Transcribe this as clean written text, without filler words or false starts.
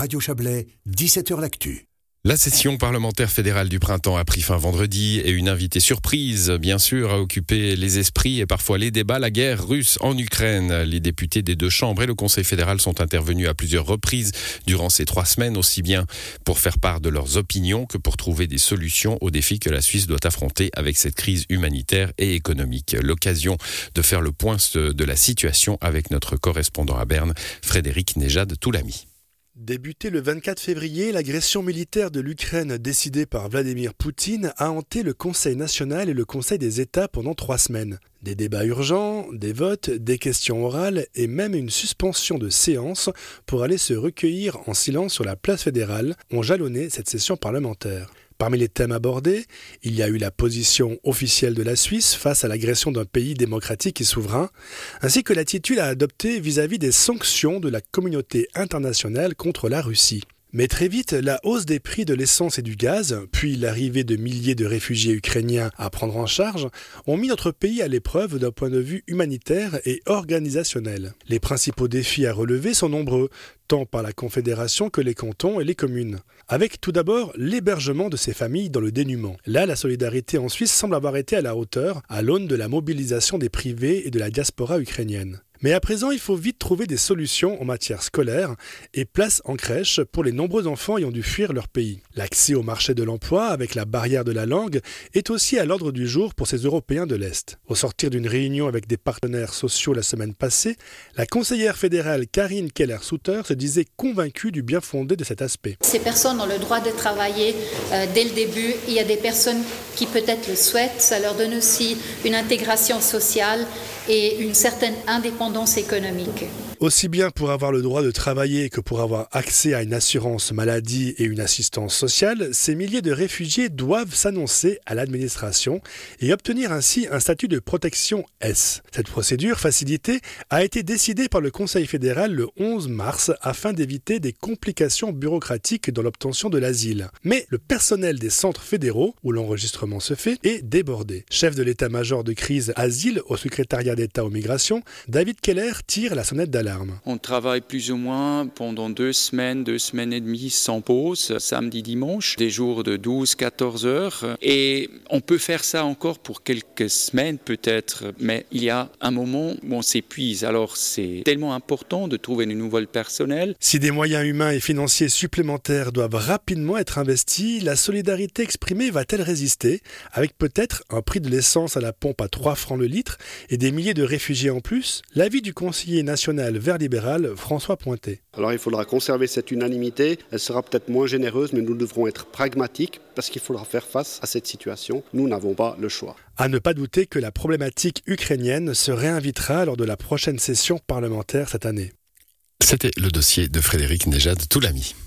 Radio Chablais, 17h l'actu. La session parlementaire fédérale du printemps a pris fin vendredi et une invitée surprise, bien sûr, a occupé les esprits et parfois les débats, la guerre russe en Ukraine. Les députés des deux chambres et le Conseil fédéral sont intervenus à plusieurs reprises durant ces 3 semaines, aussi bien pour faire part de leurs opinions que pour trouver des solutions aux défis que la Suisse doit affronter avec cette crise humanitaire et économique. L'occasion de faire le point de la situation avec notre correspondant à Berne, Frédéric Nejad-Toulami. Débutée le 24 février, l'agression militaire de l'Ukraine décidée par Vladimir Poutine a hanté le Conseil national et le Conseil des États pendant 3 semaines. Des débats urgents, des votes, des questions orales et même une suspension de séance pour aller se recueillir en silence sur la place fédérale ont jalonné cette session parlementaire. Parmi les thèmes abordés, il y a eu la position officielle de la Suisse face à l'agression d'un pays démocratique et souverain, ainsi que l'attitude à adopter vis-à-vis des sanctions de la communauté internationale contre la Russie. Mais très vite, la hausse des prix de l'essence et du gaz, puis l'arrivée de milliers de réfugiés ukrainiens à prendre en charge, ont mis notre pays à l'épreuve d'un point de vue humanitaire et organisationnel. Les principaux défis à relever sont nombreux, tant par la Confédération que les cantons et les communes. Avec tout d'abord l'hébergement de ces familles dans le dénuement. Là, la solidarité en Suisse semble avoir été à la hauteur, à l'aune de la mobilisation des privés et de la diaspora ukrainienne. Mais à présent, il faut vite trouver des solutions en matière scolaire et place en crèche pour les nombreux enfants ayant dû fuir leur pays. L'accès au marché de l'emploi avec la barrière de la langue est aussi à l'ordre du jour pour ces Européens de l'Est. Au sortir d'une réunion avec des partenaires sociaux la semaine passée, la conseillère fédérale Karine Keller-Souter se disait convaincue du bien fondé de cet aspect. Ces personnes ont le droit de travailler dès le début. Il y a des personnes qui peut-être le souhaitent. Ça leur donne aussi une intégration sociale et une certaine indépendance économique. Aussi bien pour avoir le droit de travailler que pour avoir accès à une assurance maladie et une assistance sociale, ces milliers de réfugiés doivent s'annoncer à l'administration et obtenir ainsi un statut de protection S. Cette procédure facilitée a été décidée par le Conseil fédéral le 11 mars afin d'éviter des complications bureaucratiques dans l'obtention de l'asile. Mais le personnel des centres fédéraux, où l'enregistrement se fait, est débordé. Chef de l'état-major de crise asile au secrétariat d'État aux migrations, David Keller tire la sonnette d'alarme. On travaille plus ou moins pendant 2 semaines et demie sans pause, samedi, dimanche, des jours de 12-14 heures. Et on peut faire ça encore pour quelques semaines peut-être, mais il y a un moment où on s'épuise. Alors c'est tellement important de trouver de nouveaux personnels. Si des moyens humains et financiers supplémentaires doivent rapidement être investis, la solidarité exprimée va-t-elle résister, avec peut-être un prix de l'essence à la pompe à 3 francs le litre et des milliers de réfugiés en plus? L'avis du conseiller national vert libéral François Pointet. Alors il faudra conserver cette unanimité, elle sera peut-être moins généreuse, mais nous devrons être pragmatiques parce qu'il faudra faire face à cette situation. Nous n'avons pas le choix. À ne pas douter que la problématique ukrainienne se réinvitera lors de la prochaine session parlementaire cette année. C'était le dossier de Frédéric Nejad-Toulami.